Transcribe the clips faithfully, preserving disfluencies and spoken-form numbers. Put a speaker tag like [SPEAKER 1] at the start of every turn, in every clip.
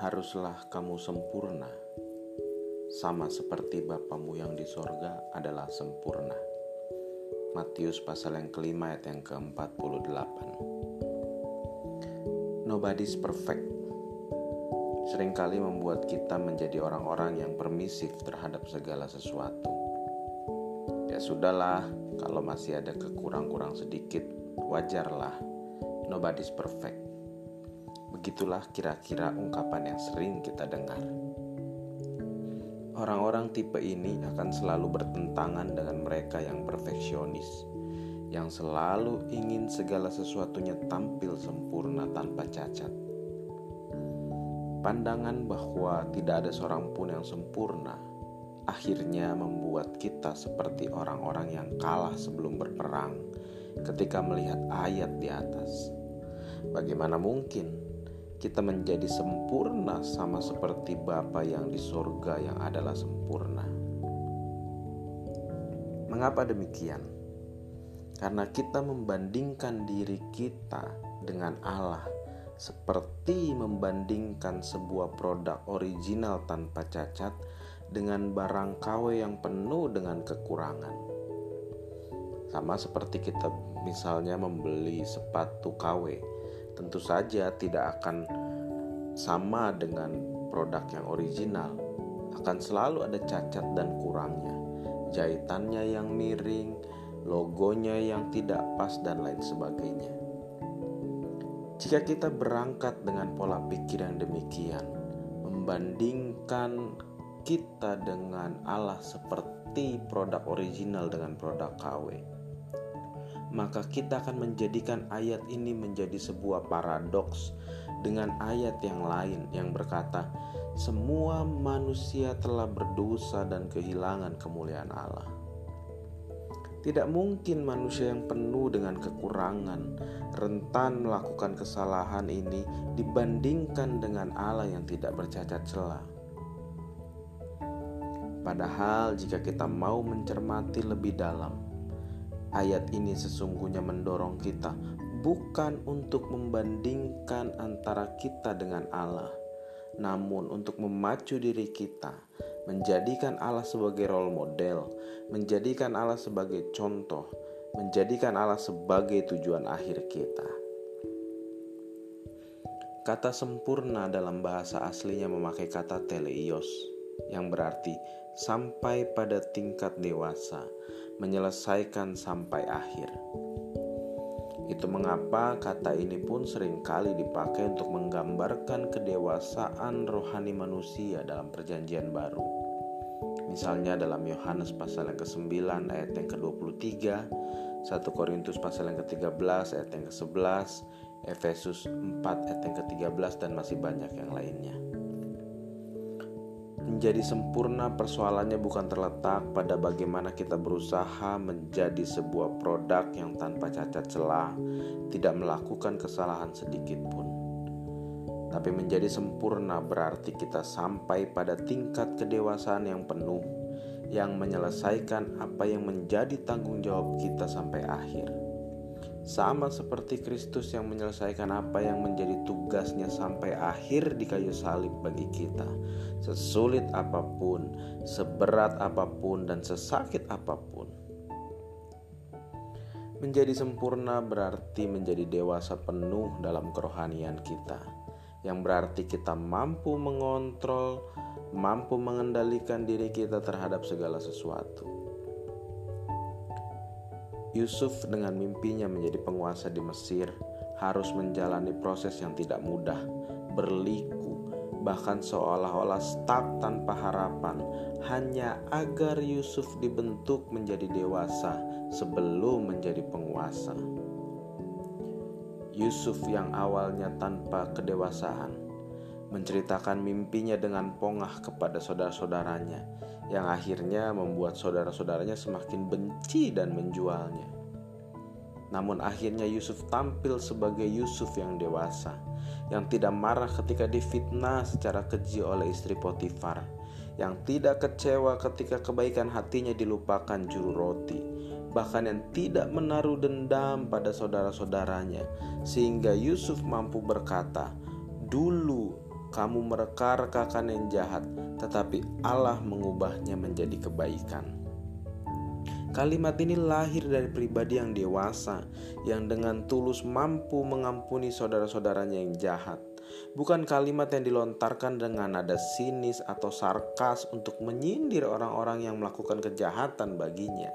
[SPEAKER 1] Haruslah kamu sempurna, sama seperti Bapamu yang di sorga adalah sempurna. Matius pasal yang kelima ayat yang keempat puluh delapan. Nobody's perfect. Seringkali membuat kita menjadi orang-orang yang permisif terhadap segala sesuatu. Ya sudahlah, kalau masih ada kekurang-kurang sedikit, wajarlah. Nobody's perfect. Begitulah kira-kira ungkapan yang sering kita dengar. Orang-orang tipe ini akan selalu bertentangan dengan mereka yang perfeksionis, yang selalu ingin segala sesuatunya tampil sempurna tanpa cacat. Pandangan bahwa tidak ada seorang pun yang sempurna akhirnya membuat kita seperti orang-orang yang kalah sebelum berperang ketika melihat ayat di atas. Bagaimana mungkin kita menjadi sempurna sama seperti Bapa yang di surga yang adalah sempurna? Mengapa demikian? Karena kita membandingkan diri kita dengan Allah seperti membandingkan sebuah produk original tanpa cacat dengan barang K W yang penuh dengan kekurangan. Sama seperti kita misalnya membeli sepatu K W, tentu saja tidak akan sama dengan produk yang original. Akan selalu ada cacat dan kurangnya, jahitannya yang miring, logonya yang tidak pas, dan lain sebagainya. Jika kita berangkat dengan pola pikir yang demikian, membandingkan kita dengan Allah seperti produk original dengan produk K W, maka kita akan menjadikan ayat ini menjadi sebuah paradoks dengan ayat yang lain yang berkata, semua manusia telah berdosa dan kehilangan kemuliaan Allah. Tidak mungkin manusia yang penuh dengan kekurangan, rentan melakukan kesalahan ini dibandingkan dengan Allah yang tidak bercacat celah. Padahal jika kita mau mencermati lebih dalam, ayat ini sesungguhnya mendorong kita bukan untuk membandingkan antara kita dengan Allah, namun untuk memacu diri kita, menjadikan Allah sebagai role model, menjadikan Allah sebagai contoh, menjadikan Allah sebagai tujuan akhir kita. Kata sempurna dalam bahasa aslinya memakai kata teleios, yang berarti sampai pada tingkat dewasa, menyelesaikan sampai akhir. Itu mengapa kata ini pun seringkali dipakai untuk menggambarkan kedewasaan rohani manusia dalam perjanjian baru. Misalnya dalam Yohanes pasal yang kesembilan ayat yang kedua puluh tiga, satu Korintus pasal yang ketiga belas ayat yang kesebelas, Efesus empat ayat yang ketiga belas, dan masih banyak yang lainnya. Menjadi sempurna persoalannya bukan terletak pada bagaimana kita berusaha menjadi sebuah produk yang tanpa cacat celah, tidak melakukan kesalahan sedikit pun. Tapi menjadi sempurna berarti kita sampai pada tingkat kedewasaan yang penuh, yang menyelesaikan apa yang menjadi tanggung jawab kita sampai akhir. Sama seperti Kristus yang menyelesaikan apa yang menjadi tugasnya sampai akhir di kayu salib bagi kita. Sesulit apapun, seberat apapun, dan sesakit apapun. Menjadi sempurna berarti menjadi dewasa penuh dalam kerohanian kita, yang berarti kita mampu mengontrol, mampu mengendalikan diri kita terhadap segala sesuatu. Yusuf dengan mimpinya menjadi penguasa di Mesir harus menjalani proses yang tidak mudah, berliku, bahkan seolah-olah stuck tanpa harapan, hanya agar Yusuf dibentuk menjadi dewasa sebelum menjadi penguasa. Yusuf yang awalnya tanpa kedewasaan menceritakan mimpinya dengan pongah kepada saudara-saudaranya, yang akhirnya membuat saudara-saudaranya semakin benci dan menjualnya. Namun akhirnya Yusuf tampil sebagai Yusuf yang dewasa, yang tidak marah ketika difitnah secara keji oleh istri Potifar, yang tidak kecewa ketika kebaikan hatinya dilupakan juru roti, bahkan yang tidak menaruh dendam pada saudara-saudaranya, sehingga Yusuf mampu berkata, "Dulu kamu mereka-rekakan yang jahat, tetapi Allah mengubahnya menjadi kebaikan. Kalimat ini lahir dari pribadi yang dewasa, yang dengan tulus mampu mengampuni saudara-saudaranya yang jahat. Bukan kalimat yang dilontarkan dengan nada sinis atau sarkas untuk menyindir orang-orang yang melakukan kejahatan baginya.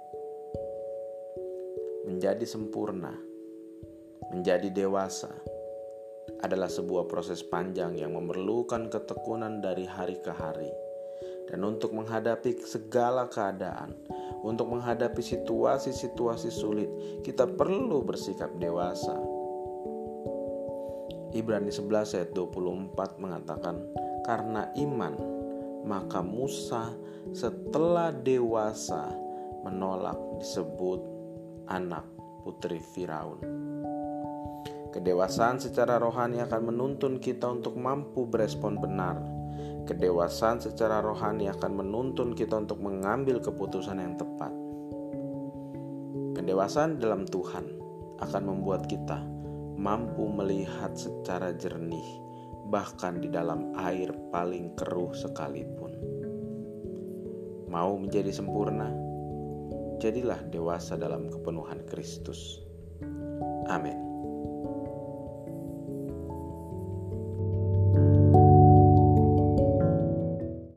[SPEAKER 1] Menjadi sempurna, menjadi dewasa, adalah sebuah proses panjang yang memerlukan ketekunan dari hari ke hari. Dan untuk menghadapi segala keadaan, untuk menghadapi situasi-situasi sulit, kita perlu bersikap dewasa. Ibrani sebelas ayat dua puluh empat mengatakan, karena iman, maka Musa setelah dewasa menolak disebut anak putri Firaun. Kedewasaan secara rohani akan menuntun kita untuk mampu berespon benar. Kedewasaan secara rohani akan menuntun kita untuk mengambil keputusan yang tepat. Kedewasaan dalam Tuhan akan membuat kita mampu melihat secara jernih, bahkan di dalam air paling keruh sekalipun. Mau menjadi sempurna? Jadilah dewasa dalam kepenuhan Kristus. Amin.